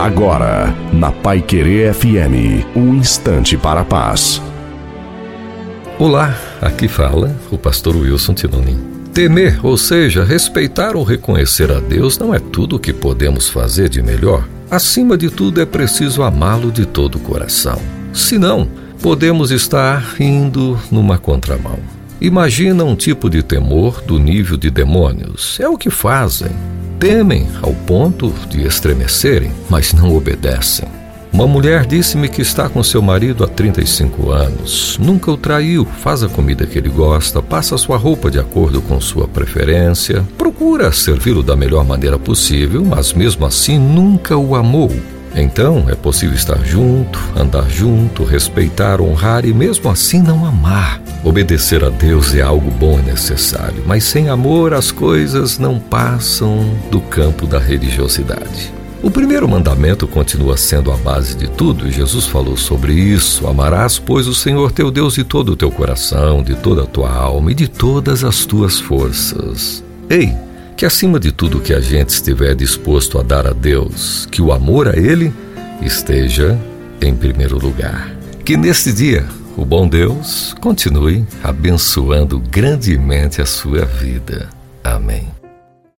Agora, na Paiquerê FM, um instante para a paz. Olá, aqui fala o pastor Wilson Tinonim. Temer, ou seja, respeitar ou reconhecer a Deus não é tudo o que podemos fazer de melhor. Acima de tudo, é preciso amá-lo de todo o coração. Senão, podemos estar indo numa contramão. Imagina um tipo de temor do nível de demônios. É o que fazem. Temem ao ponto de estremecerem, mas não obedecem. Uma mulher disse-me que está com seu marido há 35 anos. Nunca o traiu, faz a comida que ele gosta, passa sua roupa de acordo com sua preferência, procura servi-lo da melhor maneira possível, mas mesmo assim nunca o amou. Então é possível estar junto, andar junto, respeitar, honrar e mesmo assim não amar. Obedecer a Deus é algo bom e necessário, mas sem amor as coisas não passam do campo da religiosidade. O primeiro mandamento continua sendo a base de tudo e Jesus falou sobre isso. Amarás, pois, o Senhor teu Deus de todo o teu coração, de toda a tua alma e de todas as tuas forças. Ei, que acima de tudo que a gente estiver disposto a dar a Deus, que o amor a Ele esteja em primeiro lugar. Que neste dia o bom Deus continue abençoando grandemente a sua vida. Amém.